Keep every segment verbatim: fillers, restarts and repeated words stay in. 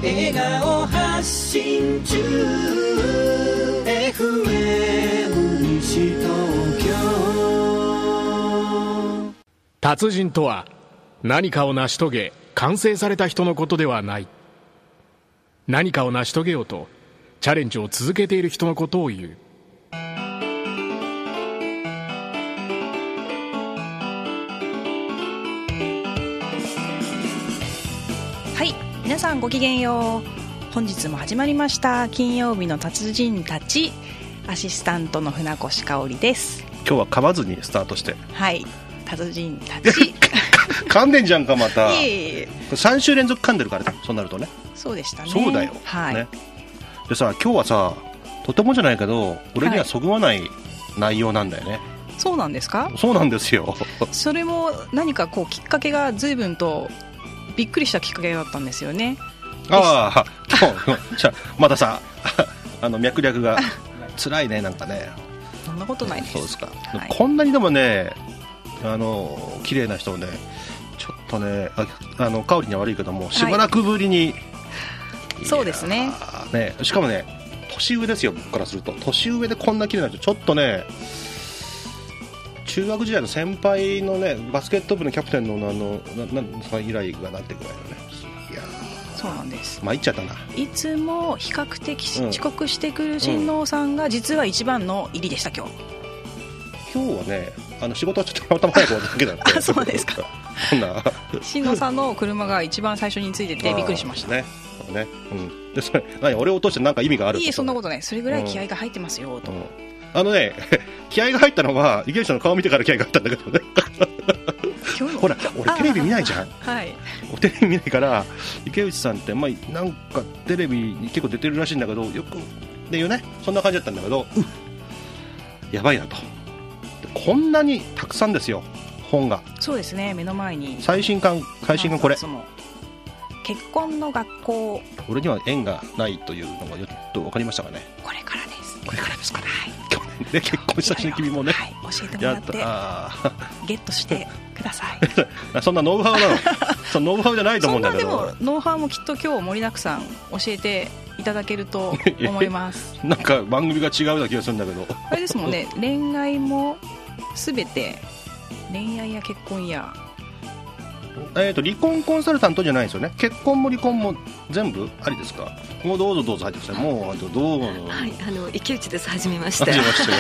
笑顔発信中 エフエム 西東京。 達人とは何かを成し遂げ完成された人のことではない。何かを成し遂げようとチャレンジを続けている人のことを言う。 はい、皆さんごきげんよう。本日も始まりました金曜日の達人たち、アシスタントの船越香織です。 今日は噛まずにスタートして、はい、 達人たち噛んでんじゃんかまた。 いえいえ、 さん週連続噛んでるからね、そうなるとね。 そうでしたね。 そうだよ、 はい、 ね、でさ、今日はさ、とてもじゃないけど俺にはそぐわない内容なんだよね、はい。 そうなんですか？ そうなんですよ。 それも何かこうきっかけが随分とびっくりしたきっかけだったんですよね。 ああ、今日じゃまたさあの脈略が辛いね、なんかね。 そんなことないです。 そうですか、 はい、 こんなにでもね、あの綺麗な人をね、ちょっとね、ああの香りには悪いけども、しばらくぶりに、はい、 そうです ね, ね。しかもね、年上ですよ、僕からすると。年上でこんな綺麗な人、ちょっとね、中学時代の先輩のね、バスケット部のキャプテンのあのななさん以来がなってくらいのね。いや、 そうなんです。 参っちゃったな。 いつも比較的遅刻してくる新郎さんが実は一番の入りでした、今日。 今日はね、あの仕事はちょっとたまたま早く終わっただけだった。 あ、そうですか。 そんな新郎さんの車が一番最初についててびっくりしました。 ね、ね、うん、でそれ何、俺を落として何か意味がある？ いいえ、そんなことない。それぐらい気合が入ってますよ、うん、と、うん、 あのね、気合が入ったのは池内さんの顔見てから気合が入ったんだけどね。ほら、俺テレビ見ないじゃん。はい、テレビ見ないから池内さんって、まあ、なんかテレビに結構出てるらしいんだけど、よくっていうね、そんな感じだったんだけど、うん、やばいなと。こんなにたくさんですよ、本が。 そうですね、目の前に最新刊、最新刊これ。 結婚の学校。 俺には縁がないというのがよっと分かりましたかね。 これからです。 これからですかね。はい、去年ね、結婚したしね、君もね、 はい、教えてもらってゲットしてください。 そんなノウハウなの？そのノウハウじゃないと思うんだけど。 そんなでもノウハウもきっと今日盛りだくさん教えていただけると思います。 なんか番組が違うような気がするんだけど。 あれですもんね、恋愛もすべて、恋愛や結婚や、 えー、と離婚コンサルタントじゃないですよね。結婚も離婚も全部ありですか？もうどうぞどうぞ入ってください。もうどうぞ。 はい、あの池内です。はじめまして。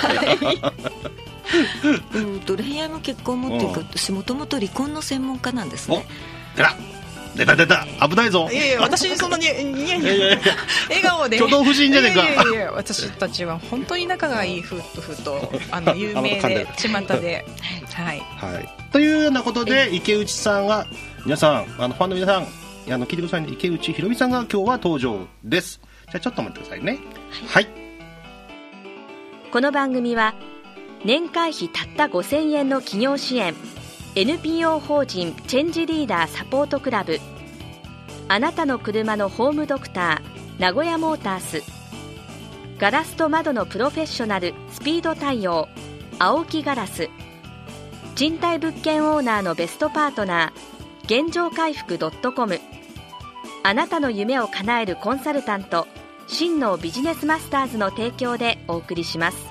うんと恋愛も結婚もっていうか、私もともと離婚の専門家なんですね。 出た出た出た、危ないぞ。 いやいや、私そんなにニヤニヤ笑顔で挙動不審じゃねえか。 いやいや、私たちは本当に仲がいい夫婦とあの有名で巷ではい、はい、 というようなことで、池内さんが、皆さん、あのファンの皆さん、あの聞いてくださいね。池内ひろみさんが今日は登場です。じゃあちょっと待ってくださいね。はい、はい、 この番組は年会費たったごせんえんの企業支援、 エヌピーオー 法人チェンジリーダーサポートクラブ、あなたの車のホームドクター名古屋モータース、ガラスと窓のプロフェッショナルスピード対応青木ガラス、賃貸物件オーナーのベストパートナー現状回復 .com、 あなたの夢を叶えるコンサルタント真のビジネスマスターズの提供でお送りします。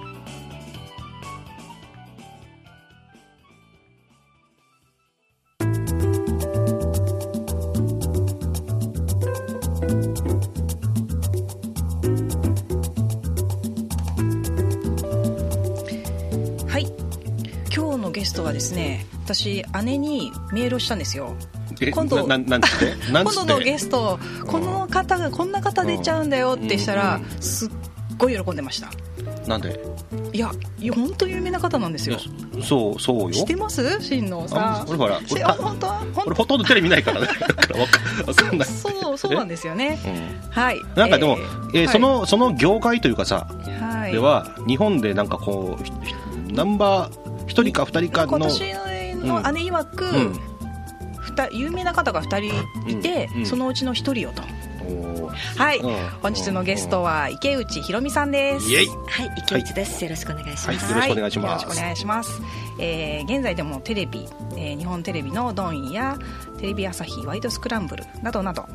はい、今日のゲストはですね、私姉にメールをしたんですよ。今度ななんて今度のゲストこの方がこんな方出ちゃうんだよってしたら、うんうん、すっごい喜んでました。 なんで？ いや、本当有名な方なんですよ。 そうそうよ。 知ってます？新能さん。 俺ほら、 俺本当俺ほとんどテレビ見ないからね。 そうそうなんですよね。うん、はい。 なんかでも、えーえー、その、はい、その業界というかさ、 はい、 では日本でなんかこうナンバー一人か二人かの今年の姉曰く、うん、有名な方がふたりいて、うんうん、そのうちのひとりよと。はい、うん、本日のゲストは池内ひろみさんです。 イエイ。はい、池内です、はい、よろしくお願いします。 はい、よろしくお願いします。 よろしくお願いします。えー、現在でもテレビ、えー、日本テレビのドンやテレビ朝日ワイドスクランブルなどなど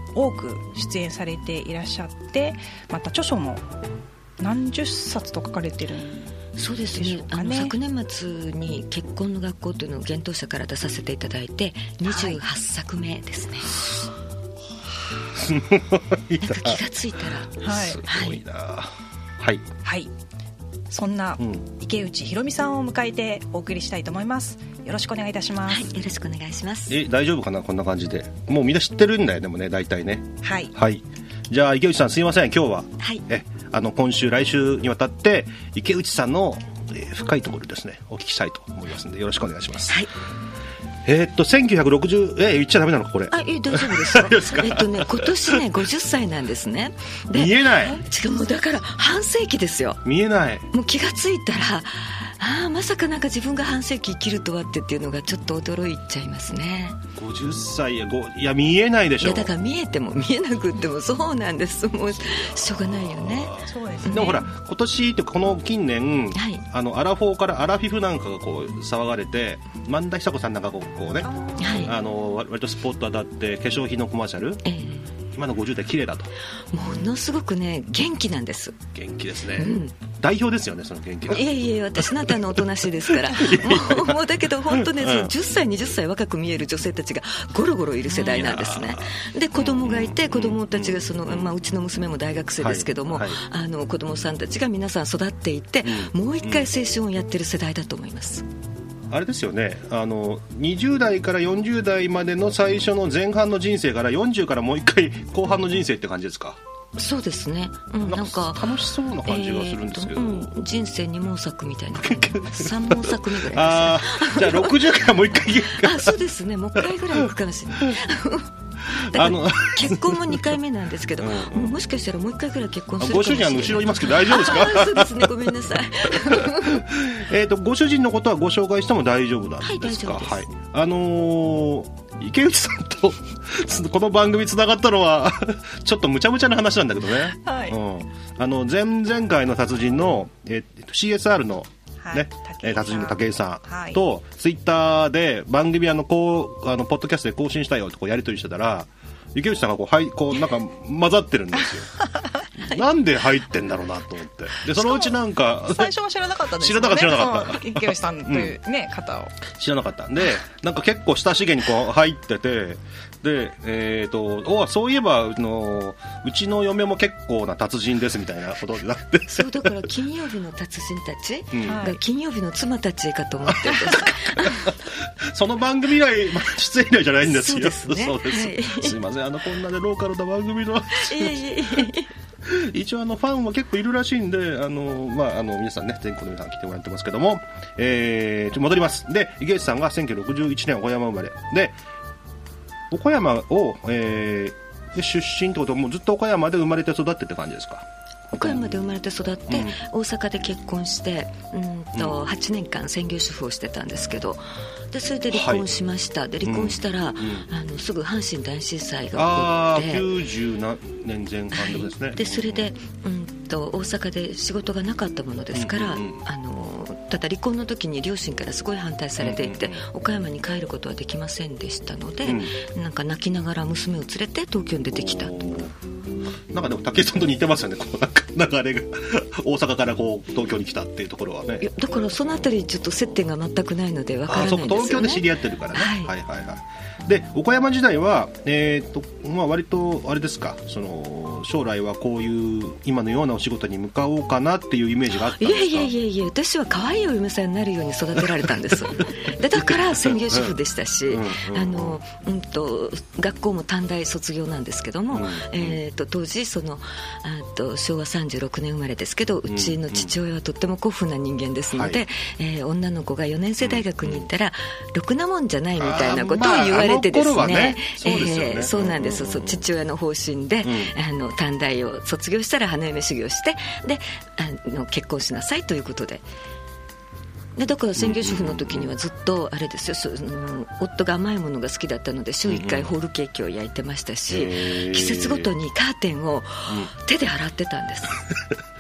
多く出演されていらっしゃって、また著書も何十冊と書かれてるんですかね。 そうですね、あの昨年末に結婚の学校というのを幻冬舎から出させていただいてにじゅうはっさくめですね、はい、なんか気がついたら、 はい、 すごいな、はい、 はい、そんな池内ひろみさんを迎えてお送りしたいと思います。よろしくお願いいたします。 はい、よろしくお願いします。 え大丈夫かな、こんな感じで。もうみんな知ってるんだよ、でもね、大体ね。 はい、 はい、じゃあ池内さんすいません、今日は、 はい、 えあの今週来週にわたって池内さんの、えー、深いところですねお聞きしたいと思いますのでよろしくお願いします。 はい、 えー、っとせんきゅうひゃくろくじゅうえー、言っちゃダメなのかこれ。 あ、え大丈夫ですよですか。えっとね今年ねごじゅっさいなんですね。で見えない。 違う、もうだから半世紀ですよ。 見えない。 もう気がついたらああまさかなんか自分が半世紀生きるとはってっていうのがちょっと驚いちゃいますね。 ごじゅっさいやごいや見えないでしょ。 いやだから見えても見えなくってもそうなんです。もうしょうがないよね。 そうですね。 でもほら今年ってこの近年、はい、あのアラフォーからアラフィフなんかがこう騒がれて、萬田久子さんなんかこう、こうね、はい、あの割とスポット当たって化粧品のコマーシャル、えー今のごじゅう代綺麗だと。 ものすごくね元気なんです。 元気ですね、 うん、 代表ですよねその元気。 いやいや私なんてあのおとなしいですからもう、もうだけど本当ね、うん、じゅっさいにじゅっさい若く見える女性たちがゴロゴロいる世代なんですね。で子供がいて子供たちがその、まあ、うちの娘も大学生ですけども、はいはい、あの子供さんたちが皆さん育っていって、うん、もう一回青春をやってる世代だと思います。 あれですよね、あのにじゅう代からよんじゅう代までの最初の前半の人生からよんじゅうからもう一回後半の人生って感じですか。 そうですね、うん、なんか楽しそうな感じがするんですけど、えーうん、人生に毛作みたいなさん毛作目ぐらいです、ね、 あじゃあろくじゅうからもう一回あそうですね、もう一回ぐらい行くかもしれないだから結婚もにかいめなんですけど、うん、もしかしたらもういっかいぐらい結婚するかもしれない。 ご主人あの後ろいますけど大丈夫ですか。 あそうですね、ごめんなさいえとご主人のことはご紹介しても大丈夫なんですか。 はい、大丈夫です、はい、 あのー、池内さんとこの番組つながったのはちょっとむちゃむちゃな話なんだけどね、 はいうん、 あの前々回の達人の、えー、シーエスアール のね、はい、達人の武井さん、はい、とツイッターで番組あのこうあのポッドキャストで更新したよとこうやり取りしてたら池内さんがこう、はい、こうなんか混ざってるんですよなんで入ってんだろうなと思って、でそのうちなんか最初は知らなかったんですよね。 知らなかった知らなかった池内さんという、ねうん、方を知らなかったんで、なんか結構親しげにこう入ってて、でえっ、ー、とおそういえばうのうちの嫁も結構な達人ですみたいなことになってそうだから金曜日の達人たち、うん、が金曜日の妻たちかと思ってるんですその番組以来出演以来じゃないんですよ。 そうですね、 そうです、はい、すいませんあのこんなでローカルな番組のいえいえいえ一応あのファンは結構いるらしいんで、あの、まあ、あの皆さんね全国の皆さん来てもらってますけども、えー、戻ります。で池内さんがせんきゅうひゃくろくじゅういちねん岡山生まれで、岡山を、えー、で出身ってことはもうずっと岡山で生まれて育ってって感じですか。 岡山で生まれて育って、うん、大阪で結婚してうんと、うん、はちねんかん専業主婦をしてたんですけど、でそれで離婚しました、はい、で離婚したら、うん、あのすぐ阪神大震災が起こって、 きゅうじゅうねんぜん半でですね、 はい、でそれで、うんと大阪で仕事がなかったものですから、うんうんうん、あのただ離婚の時に両親からすごい反対されていて、うんうんうん、岡山に帰ることはできませんでしたので、うん、なんか泣きながら娘を連れて東京に出てきたと。 なんかでも武井さんと似てますよね、こうなんか流れが大阪からこう東京に来たっていうところはね。 いやだからそのあたりちょっと接点が全くないので分からないんですよね。あ、そうか、東京で知り合ってるからね、はい、はいはいはいで岡山時代は、えーとまあ、割とあれですか、その将来はこういう今のようなお仕事に向かおうかなっていうイメージがあったんですか。 いやいやいやいや、私は可愛いお嫁さんになるように育てられたんですでだから専業主婦でしたし、うんあのうんと学校も短大卒業なんですけども、うんえー、と当時そのあとしょうわさんじゅうろくねん生まれですけど、うちの父親はとっても古風な人間ですので、うんうんえー、女の子がよねん生大学に行ったら、うん、ろくなもんじゃないみたいなことを言われてですね、そうなんです、うんうん、父親の方針で、うん、あの短大を卒業したら花嫁修行して、であの結婚しなさいということで、でだから専業主婦の時にはずっとあれですよ、その夫が甘いものが好きだったので週いっかいホールケーキを焼いてましたし、季節ごとにカーテンを手で洗ってたんです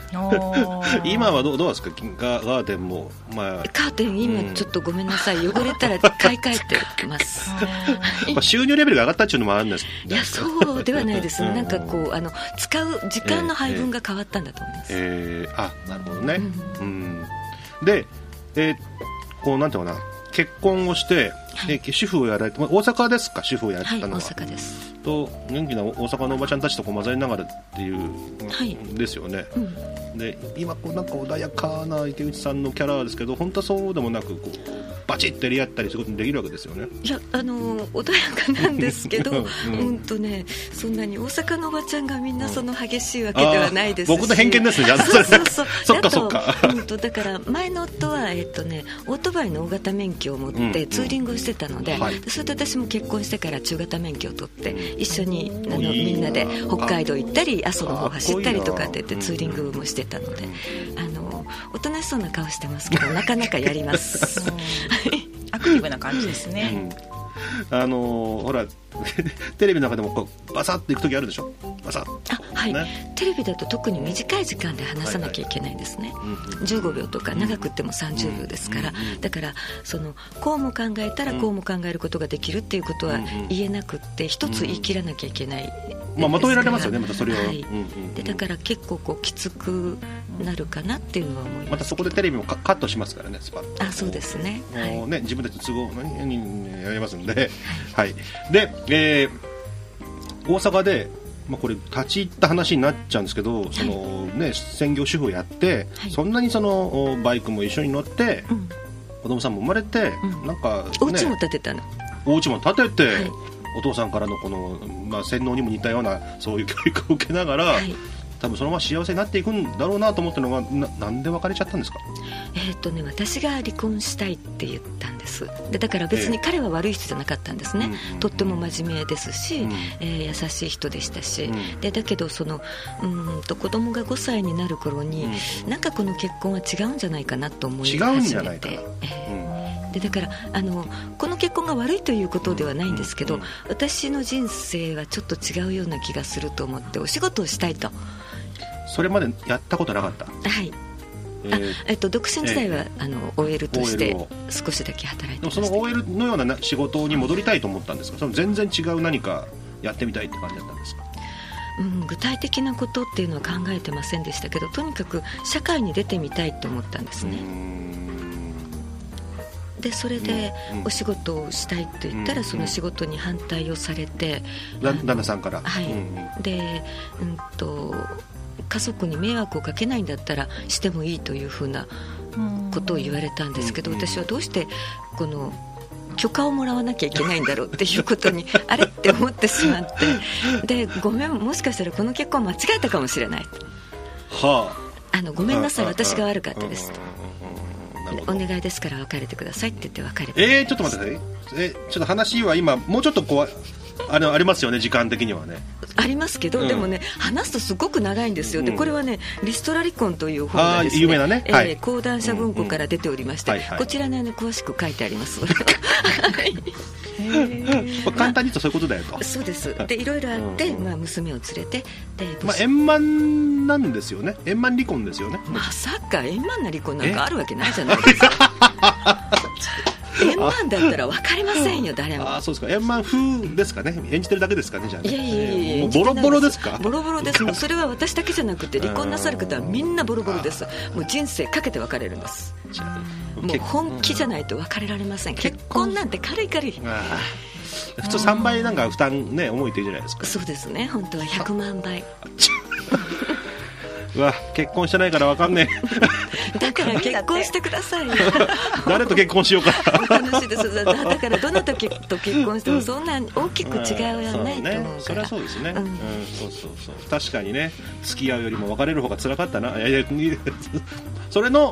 今はどう、どうですかガーデンも、まあ、 カーテン今ちょっとごめんなさい、うん、汚れたら買い替えてますまあ収入レベルが上がったっていうのもあるんです。 いやそうではないですねなんかこうあの使う時間の配分が変わったんだと思います。 えーえー、あなるほどね、うん、うん、で、えー、こうなんていうかな結婚をして、はい、え主婦をやられて大阪ですか主婦をやられたのは。 はい、大阪ですと元気な大阪のおばちゃんたちとこう混ざりながらっていう、はい、ですよね、うん、で今こうなんか穏やかな池内さんのキャラですけど本当はそうでもなくこうバチッとやり合ったりすることもできるわけですよね。 いやあの穏やかなんですけど本当、うん、ねそんなに大阪のおばちゃんがみんなその激しいわけではないですし、 うん、僕の偏見ですねそうそうそうそっかそっか本当だから前の夫は、えっとね、オートバイの大型免許を持ってツーリングをしてたので、うんうんはい、それで私も結婚してから中型免許を取って一緒にあのみんなで北海道行ったり阿蘇の方走ったりとかって言ってツーリングもしてたので、あのおとなしそうな顔してますけどなかなかやりますアクティブな感じですね、 うん、あのー、ほらテレビの中でもこうバサッといくときあるでしょバサッあ、はいね、テレビだと特に短い時間で話さなきゃいけないんですね、はいはい、じゅうごびょうとか長くてもさんじゅうびょうですから、うん、だからそのこうも考えたらこうも考えることができるっていうことは言えなくって一つ言い切らなきゃいけない、 まあ、まとめられますよねまたそれを、はいうんうんうん、でだから結構こうきつくなるかなっていうのは思います。 またそこでテレビもカットしますからねスパッとあそうですね、 もうね、はい、自分たちの都合何やりますんで、はい、で、えー、大阪で、まあ、これ立ち入った話になっちゃうんですけど、その、ね、専業主婦をやって、はい、そんなにそのバイクも一緒に乗って、うん、子供さんも生まれて、うん、なんか、ね、 お家も建てたのお家も建てて、はい、お父さんからのこの、まあ、洗脳にも似たようなそういう教育を受けながら、はい、多分そのまま幸せになっていくんだろうなと思ったのが な, なんで別れちゃったんですか。 えーとね、私が離婚したいって言ったんです。でだから別に彼は悪い人じゃなかったんですね、えー、とっても真面目ですし、うんえー、優しい人でしたし、うん、でだけどそのうんと子供がごさいになる頃に、うん、なんかこの結婚は違うんじゃないかなと思い始めて、違うんじゃないかな、えー、でだからあのこの結婚が悪いということではないんですけど、うんうん、私の人生はちょっと違うような気がすると思ってお仕事をしたいと。 それまでやったことなかった。 はい、えーあえっと、独身時代は、えー、あの オーエル として少しだけ働いてました。 でもその オーエル のような仕事に戻りたいと思ったんですか、その全然違う何かやってみたいって感じだったんですか。 うん、具体的なことっていうのは考えてませんでしたけど、とにかく社会に出てみたいと思ったんですね。でそれでお仕事をしたいと言ったら、その仕事に反対をされて、 旦那さんから。 はい、うん、で、うんと家族に迷惑をかけないんだったらしてもいいというふうなことを言われたんですけど、私はどうしてこの許可をもらわなきゃいけないんだろうっていうことにあれって思ってしまって、でごめん、もしかしたらこの結婚間違えたかもしれないと、はあ、あのごめんなさい、私が悪かったですと、お願いですから別れてくださいって言って別れて。 えー、ちょっと待ってください、えちょっと話は今もうちょっとこうあれありますよね、時間的にはねありますけど、うん、でもね話すとすごく長いんですよ、うん、でこれはねリストラ離婚という本がですね、 有名なね、 えーはい、講談社文庫から出ておりまして、うんうんはいはい、こちらに、ね、詳しく書いてあります簡単に言うとそういうことだよと。 そうです。でいろいろあって、うんまあ、娘を連れてで、 まあ、円満なんですよね、円満離婚ですよね。 まさか円満な離婚なんかあるわけないじゃないですか円満だったら分かりませんよ誰も。 あそうですか、円満風ですかね、演じてるだけですかね、じゃあね。 いやいやいや、 もうボロボロですか。 ボロボロです。もうそれは私だけじゃなくて離婚なさる方はみんなボロボロです。もう人生かけて別れるんです。もう本気じゃないと別れられません。結婚なんて軽い軽い。 普通さんばいなんか負担ね重いって言うじゃないですか。 そうですね、本当はひゃくまんばい。 うわ結婚してないから分かんねえだから結婚してくださいよ誰と結婚しようか楽しいです。だからどの時と結婚してもそんな大きく違うよないと思うから、 それはそうですね、うんうん、そうそうそう、確かにね、付き合うよりも別れる方が辛かったな。いやいやそれの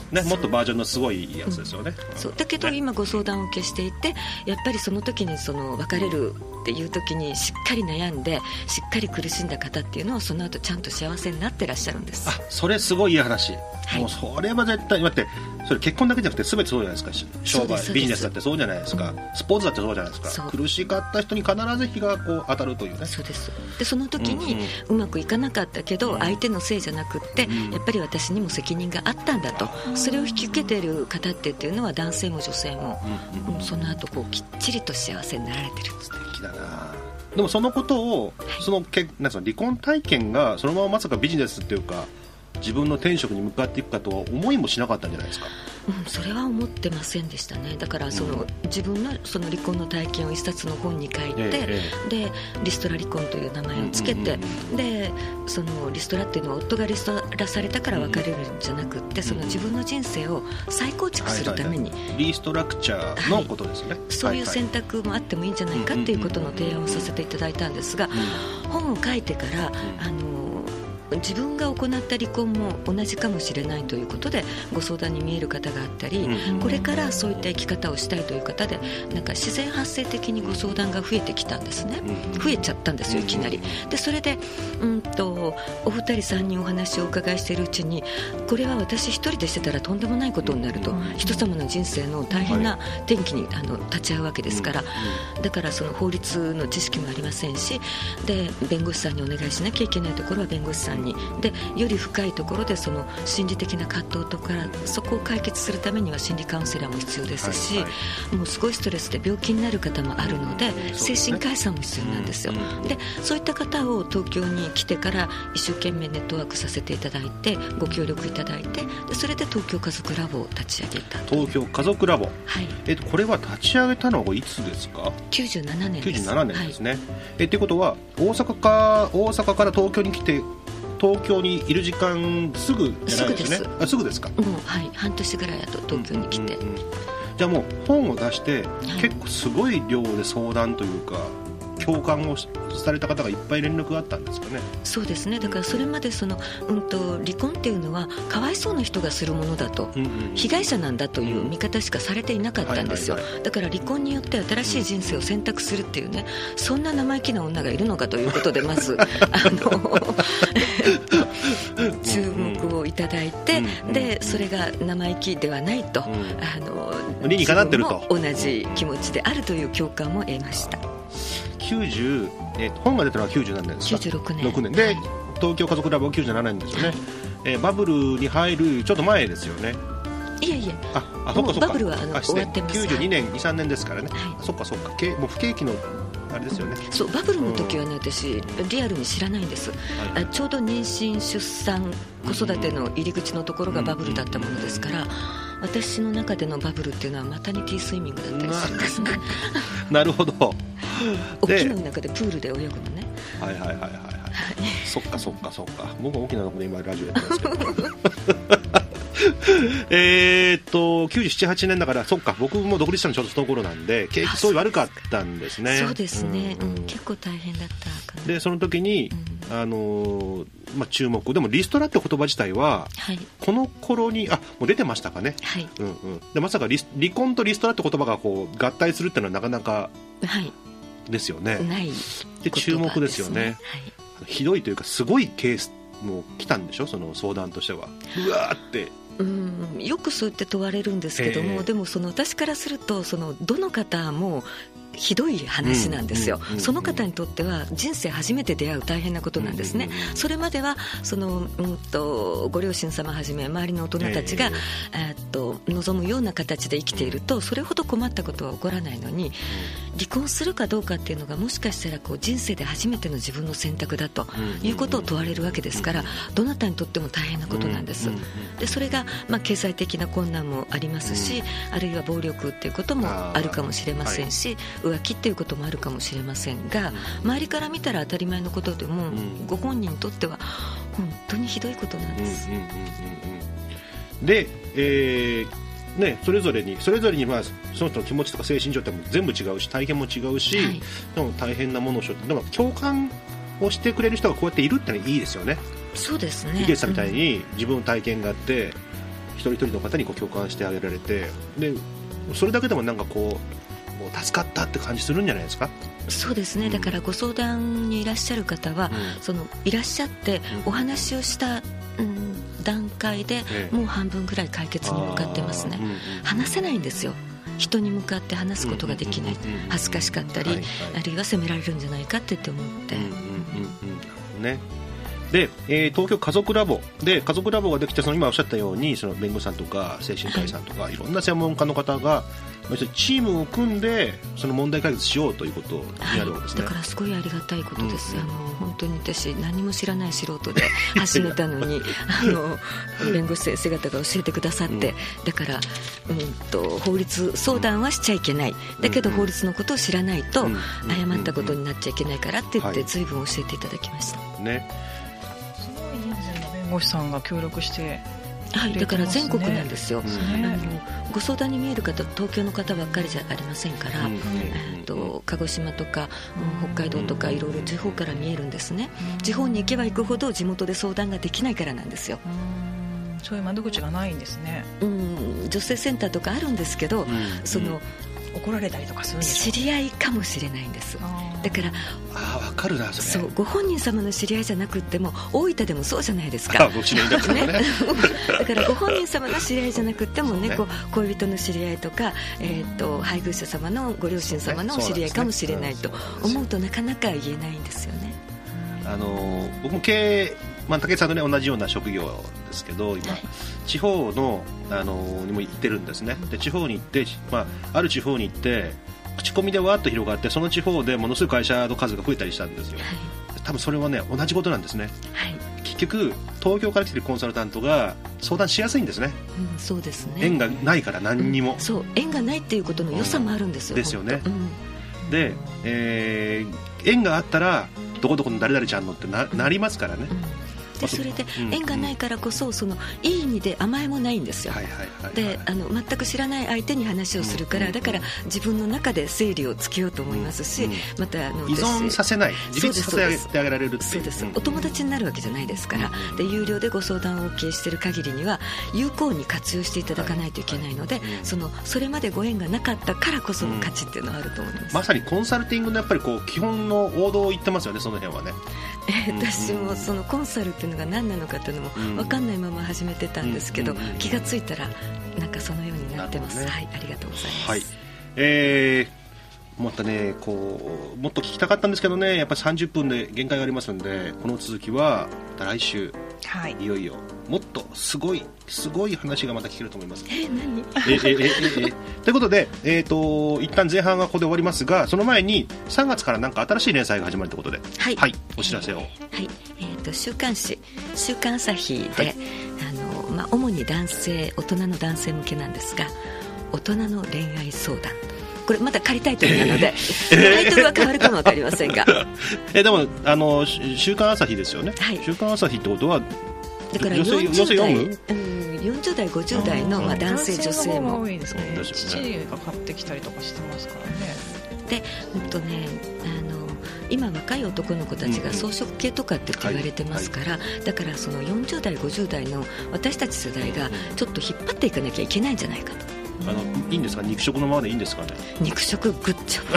ね、もっとバージョンのすごいやつですよね、 うん、そうだけど今ご相談を受けしていて、やっぱりその時にその別れるっていう時にしっかり悩んでしっかり苦しんだ方っていうのはその後ちゃんと幸せになってらっしゃるんです。 あ、それすごいいい話、はい、もうそれは絶対待って、それ結婚だけじゃなくて全てそうじゃないですか。商売ビジネスだってそうじゃないですか、うん、スポーツだってそうじゃないですか。苦しかった人に必ず日がこう当たるというね。 そうです。でその時にうまくいかなかったけど、うん、相手のせいじゃなくって、うん、やっぱり私にも責任があったんだと、うん、それを引き受けている方ってっていうのは男性も女性も、うんうん、その後こうきっちりと幸せになられてる。 素敵だな。でもそのことを、はい、そのけなんか離婚体験がそのまままさかビジネスっていうか自分の転職に向かっていくかとは思いもしなかったんじゃないですか。 うん、それは思ってませんでしたね。だからその、うん、自分のその離婚の体験を一冊の本に書いて、ええ、でリストラ離婚という名前をつけて、うんうんうん、でそのリストラっていうのは夫がリストラされたから別れるんじゃなくって、うん、その自分の人生を再構築するために、 はいはいはい、リストラクチャーのことですね、はい、 そういう選択もあってもいいんじゃないかっていうことの提案をさせていただいたんですが、うん、本を書いてから、うん、あの自分が行った離婚も同じかもしれないということでご相談に見える方があったり、うん、これからそういった生き方をしたいという方でなんか自然発生的にご相談が増えてきたんですね、うん、増えちゃったんですよいきなり。でそれでうんとお二人さんにんお話をお伺いしているうちにこれは私一人でしてたらとんでもないことになると、うん、人様の人生の大変な転機にあの立ち会うわけですから、うん、だからその法律の知識もありませんしで弁護士さんにお願いしなきゃいけないところは弁護士さんにでより深いところでその心理的な葛藤とかそこを解決するためには心理カウンセラーも必要ですし、はいはい、もうすごいストレスで病気になる方もあるので、うん、精神科医さんも必要なんですよ、うん、でそういった方を東京に来てから一生懸命ネットワークさせていただいてご協力いただいてでそれで東京家族ラボを立ち上げた。 東京家族ラボ、 はい、 えっと、これは立ち上げたのはいつですか。 きゅうじゅうななねんです。 きゅうじゅうななねんですね、はい、えということは大阪か大阪から東京に来て東京にいる時間すぐじゃないですね。すぐです。あ、すぐですか。 もう、はい、半年ぐらいだと東京に来て、 うんうんうん、じゃあもう本を出して、はい、結構すごい量で相談というか共感をされた方がいっぱい連絡があったんですかね。 そうですね。だからそれまでその、うん、と離婚っていうのはかわいそうな人がするものだと、うんうん、被害者なんだという見方しかされていなかったんですよ、はいはいはい、だから離婚によって新しい人生を選択するっていうね、うん、そんな生意気な女がいるのかということでまずあの注目をいただいて、うん、でそれが生意気ではないと、うん、あの理にかなってると自分も同じ気持ちであるという共感も得ました。 きゅうじゅう、えー、本が出たのはきゅうじゅう何年ですか。 きゅうじゅうろくねん。 ろくねんで、はい、東京家族ラボはきゅうじゅうななねんですよね、はい、えー、バブルに入るちょっと前ですよね。 いえいえ、 ああそっかそっか、 バブルはあの終わってます。 きゅうじゅうにねん、に、さんねんですからね、はい、そっかそっか、もう不景気のあれですよね、 うん、そうバブルの時はね、うん、私リアルに知らないんです、はい、あちょうど妊娠出産子育ての入り口のところがバブルだったものですから、うん、私の中でのバブルっていうのはマタニティスイミングだったりするんですねなるほど大きな中でプールで泳ぐのね。 はいはいはいはい、はい、そっかそっかそっか、僕は大きなところで今ラジオやってますけどえっときゅうじゅうなな、はちねんだからそっか、僕も独立したのちょうどその頃なんで景気すごい悪かったんですね。 そうですね、うんうん、結構大変だったかな。 でその時に、うん、あのーまあ、注目でもリストラって言葉自体は、はい、この頃にあもう出てましたかね、 はい、 うんうん、でまさかリス離婚とリストラって言葉がこう合体するっていうのはなかなかですよね、 はい、ないで注目ですよね、はい、ひどいというかすごいケースも来たんでしょ、その相談としては。うわーってうんよくそう言って問われるんですけども、えー、でもその私からするとそのどの方もひどい話なんですよ、うんうんうんうん、その方にとっては人生初めて出会う大変なことなんですね、うんうんうん、それまではその、うん、とご両親様はじめ周りの大人たちが、えー、っと望むような形で生きているとそれほど困ったことは起こらないのに、離婚するかどうかっていうのがもしかしたらこう人生で初めての自分の選択だということを問われるわけですから、どなたにとっても大変なことなんです。でそれが、まあ、経済的な困難もありますし、あるいは暴力っていうこともあるかもしれませんし、浮気っていうこともあるかもしれませんが、周りから見たら当たり前のことでも、ご本人にとっては本当にひどいことなんです。 で、えーね、それぞれにそれぞれに、まあ、その人の気持ちとか精神状態も全部違うし体験も違うし、はい、でも大変なものをしょってでも共感をしてくれる人がこうやっているってのはいいですよね。 そうですね。 池内さんみたいに自分の体験があって、 一人一人の方にこう共感してあげられて、でそれだけでもなんかこう、もう助かったって感じするんじゃないですか。 そうですね、だからご相談にいらっしゃる方は、うん、そのいらっしゃってお話をした、うん、段階で、ええ、もう半分ぐらい解決に向かってますね、うんうん、話せないんですよ、人に向かって話すことができない、恥ずかしかったり、はいはい、あるいは責められるんじゃないかってって思って、うんうんうんうん、ね。で、えー、東京家族ラボで家族ラボができて、その今おっしゃったようにその弁護士さんとか精神科医さんとか、はい、いろんな専門家の方がチームを組んでその問題解決しようということになるわけですね、 はい、だからすごいありがたいことです、うん、あの本当に私何も知らない素人で始めたのにあの弁護士先生方が教えてくださって、うん、だから、うんと、法律相談はしちゃいけない、だけど法律のことを知らないと誤ったことになっちゃいけないからって言って随分教えていただきました、 はいね、 すごい人数の弁護士さんが協力してはい、だから全国なんですよ、うん、あのご相談に見える方東京の方ばっかりじゃありませんから、うん、えー、と鹿児島とか、うん、北海道とかいろいろ地方から見えるんですね、うん、地方に行けば行くほど地元で相談ができないからなんですよ、 うん、そういう窓口がないんですね、 うん、女性センターとかあるんですけど、うん、その怒られたりとかするんでしょう。 知り合いかもしれないんです。だからあ分かるなそれ。 そうご本人様の知り合いじゃなくっても大分でもそうじゃないですか。 あ僕知り合いだからね。 だからご本人様の知り合いじゃなくってもね、こう恋人の知り合いとか、えー、と配偶者様のご両親様の知り合いかもしれないと思うとなかなか言えないんですよね。 あの僕も経営、まあ、武井さんと、ね、同じような職業ですけど今、はい、地方の、あのにも行ってるんですね。で地方に行って、まあ、ある地方に行って口コミでわーっと広がってその地方でものすごい会社の数が増えたりしたんですよ、はい、多分それはね同じことなんですね、はい、結局東京から来てるコンサルタントが相談しやすいんですね、 うん、そうですね。 縁がないから何にも、うん、 そう縁がないっていうことの良さもあるんですよ、 うん、ですよね、うん、で、えー、縁があったらどこどこの誰々ちゃんのって な, なりますからね、うんでそれで縁がないからこそ、そのいい意味で甘えもないんですよ。であの全く知らない相手に話をするから、だから自分の中で整理をつけようと思いますし、またあの依存させない、自立させてあげられるっていう。 そうです、お友達になるわけじゃないですから、で有料でご相談を OK している限りには有効に活用していただかないといけないので、そのそれまでご縁がなかったからこその価値っていうのはあると思います。 まさにコンサルティングのやっぱりこう基本の王道を言ってますよね、その辺はね。 私もそのコンサルっていうのが何なのかっていうのも分かんないまま始めてたんですけど、気がついたらなんかそのようになってます、ね。はい、ありがとうございます、 はい。えー、もっとねこうもっと聞きたかったんですけどね、やっぱりさんじゅっぷんで限界がありますので、この続きは来週、はい、いよいよもっとすごいすごい話がまた聞けると思います。 え何えええええということで、えー、と一旦前半はここで終わりますが、その前にさんがつからなんか新しい連載が始まるということで、はい、はい、お知らせを。はい、 えー、と週刊誌週刊朝日で、はい、あのまあ、主に男性大人の男性向けなんですが、大人の恋愛相談、これまた仮タイトルなので、えー、タイトルは変わるかも分かりませんがえでもあの週刊朝日ですよね、はい、週刊朝日ってことはだからよんじゅう代、うん、よんじゅう代ごじゅう代の、まあ、男性女性も多いですね。父が買ってきたりとかしてますからね。 で、うんとね、あの今若い男の子たちが草食系とかって言われてますから、うんうんはいはい、だからそのよんじゅう代ごじゅう代の私たち世代がちょっと引っ張っていかなきゃいけないんじゃないかと。 あのいいんですか、肉食のままでいいんですかね。 肉食グッジョ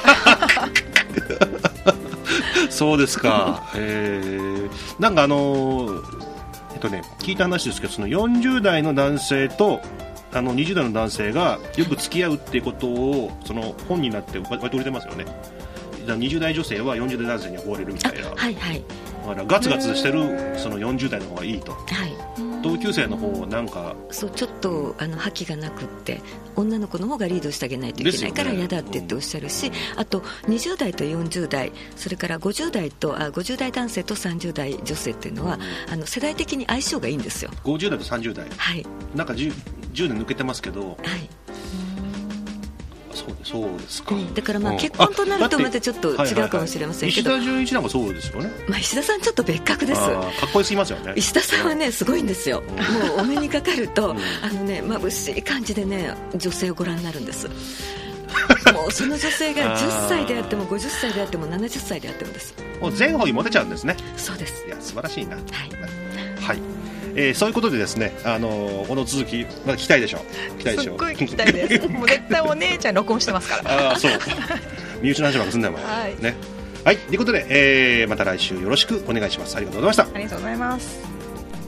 ブそうですか、えー、なんかあのーえっとね、聞いた話ですけど、そのよんじゅう代の男性とあのにじゅう代の男性がよく付き合うっていうことをその本になって割と売れてますよね。にじゅう代女性はよんじゅう代男性に惚れるみたいな、 はいはい、 だからガツガツしてるそのよんじゅう代の方がいいと、はい、同級生の方なんかそうちょっとあの覇気がなくって女の子の方がリードしてあげないといけないから嫌だって言っておっしゃるし、ね、うん、あとにじゅう代とよんじゅう代、それからごじゅう代とあごじゅう代男性とさんじゅう代女性っていうのは、うん、あの世代的に相性がいいんですよ。 ごじゅう代とさんじゅう代、 はい、 なんか 10, じゅうねん抜けてますけど、はい、そうそうですか、うん、 だからまあ結婚となるとまたちょっと違うかもしれませんけど、 はいはいはい、石田純一なんかそうですよね、 まあ、石田さんちょっと別格です。 かっこよすぎますよね。 石田さんはねすごいんですよ、うん、もうお目にかかると、うん、あのね眩しい感じでね女性をご覧になるんですもうその女性がじゅっさいであってもごじゅっさいであってもななじゅっさいであってもです。 もう全方位モテちゃうんですね。 そうです。 いや素晴らしいな。はい、 はい、 えー、そういうことでですね、あのー、この続き、まあ、聞きたいでしょう。聞きたいでしょう。 すっごい聞きたいですもう絶対お姉ちゃん録音してますからああそう身内の話ばっかすんだよお前、はいね、はいということで、えー、また来週よろしくお願いします。ありがとうございました。 ありがとうございます。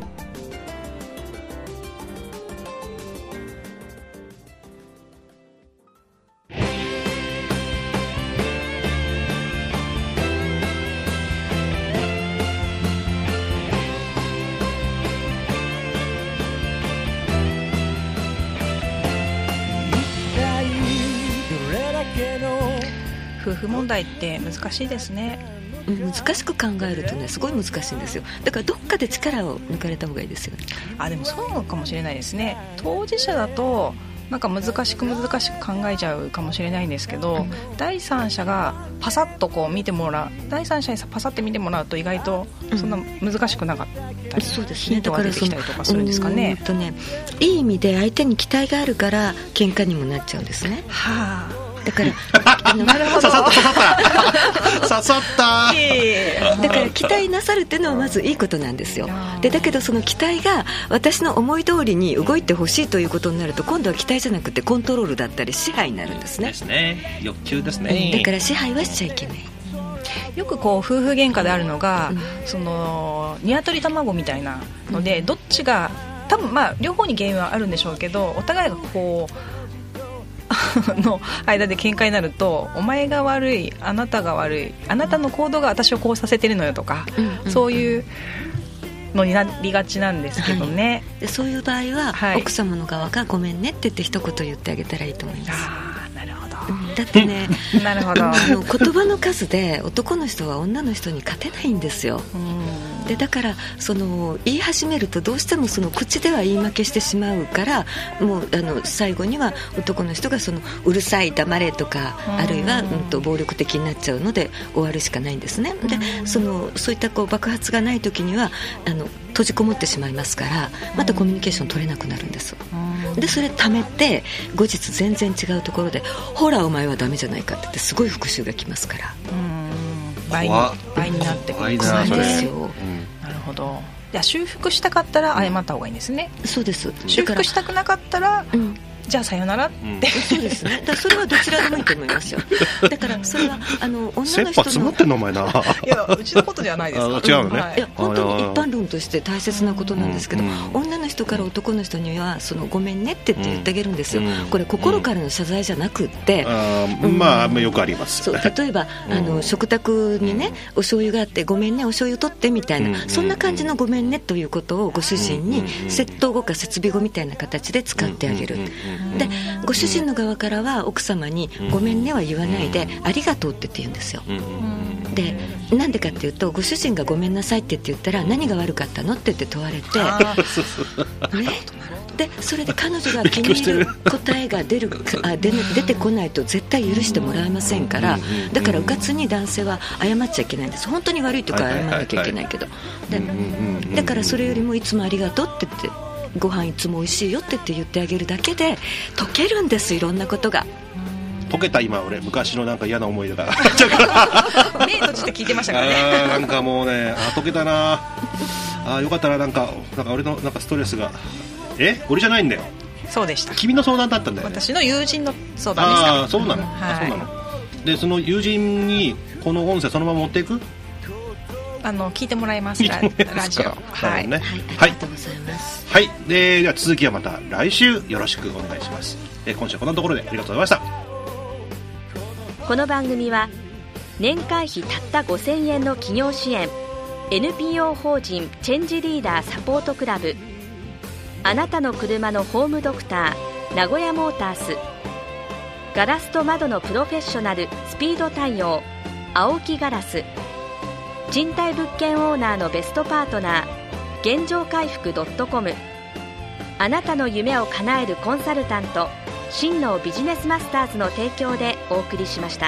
夫婦問題って難しいですね。 難しく考えるとねすごい難しいんですよ。だからどっかで力を抜かれた方がいいですよね。 あでもそうかもしれないですね。当事者だとなんか難しく難しく考えちゃうかもしれないんですけど、うん、第三者がパサッとこう見てもらう第三者にパサッて見てもらうと意外とそんな難ししくなかったり、うん、そうですね、ヒントが出てきたりとかするんですかね。 とねいい意味で相手に期待があるから喧嘩にもなっちゃうんですね。 はあだからあのなるほど刺さった刺さった刺さっただから期待なさるっていうのはまずいいことなんですよ。でだけどその期待が私の思い通りに動いてほしいということになると今度は期待じゃなくてコントロールだったり支配になるんですね。 ですね、欲求ですね。 だから支配はしちゃいけない。 よくこう夫婦喧嘩であるのが、うん、その鶏卵みたいなので、うん、どっちが多分まあ両方に原因はあるんでしょうけどお互いがこうの間で喧嘩になるとお前が悪いあなたが悪いあなたの行動が私をこうさせてるのよとか、うんうん、そういうのになりがちなんですけどね、 はい、でそういう場合は、はい、奥様の側がごめんねって言って一言言ってあげたらいいと思います。 あなるほど、 うん、だってねなるほどあの言葉の数で男の人は女の人に勝てないんですよ。うんでだからその言い始めるとどうしてもその口では言い負けしてしまうからもうあの最後には男の人がそのうるさい黙れとかあるいは、うん、と暴力的になっちゃうので終わるしかないんですね。でそのそういったこう爆発がない時にはあの閉じこもってしまいますからまたコミュニケーション取れなくなるんです。でそれ溜めて後日全然違うところでほらお前はダメじゃないかって言ってすごい復讐がきますから倍に倍になってくるんですよ。なるほど。いや修復したかったら謝った方がいいんですね。 そうです。 修復したくなかったら、うん、じゃあさよならって、うん、 そうですね。だからそれはどちらでもいいと思いますよ。だからそれはあの女の人の切羽詰まってんのお前な。 いやうちのことではないですから。 違うのね、 はい、 いや本当に一般論として大切なことなんですけど、うん、女の人から男の人にはそのごめんねってって言ってあげるんですよ、うん、これ心からの謝罪じゃなくって、 うん、まあよくあります。 そう例えばあの食卓にねお醤油があってごめんねお醤油取ってみたいな、うん、そんな感じのごめんねということをご主人に説答語か設備語みたいな形で使ってあげる。でご主人の側からは奥様にごめんねは言わないでありがとうって言うんですよ。でなんでかっていうとご主人がごめんなさいって言ったら何が悪かったのって言って問われて、ね、でそれで彼女が気に入る答えが出るあ出出てこないと絶対許してもらえませんから、だからうかつに男性は謝っちゃいけないんです。本当に悪いとか謝らなきゃいけないけど、でだからそれよりもいつもありがとうって言ってご飯いつも美味しいよって言って言ってあげるだけで解けるんです。いろんなことが解けた。今俺昔のなんか嫌な思い出が目閉じて聞いてましたからね。 あなんかもうねあ解けたなあよかったな。なんかなんか俺のなんかストレスがえ俺じゃないんだよ。 そうでした。 君の相談だったんだよ、ね、 私の友人の相談ですから。 あそうなの、はい、あそうなの。でその友人にこの音声そのまま持っていくあの聞いてもらいますラジオ、はい、 ね、はい、ありがとうございます。 はい、で, では続きはまた来週よろしくお願いします。え今週はこんなところでありがとうございました。 この番組は年会費たったごせんえんの企業支援 エヌピーオー 法人チェンジリーダーサポートクラブ、あなたの車のホームドクター名古屋モータース、ガラスと窓のプロフェッショナルスピード対応青木ガラス、賃貸物件オーナーのベストパートナー現状回復 .com、 あなたの夢を叶えるコンサルタント真のビジネスマスターズの提供でお送りしました。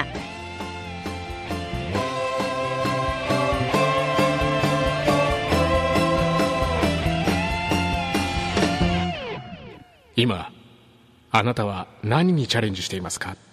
今あなたは何にチャレンジしていますか？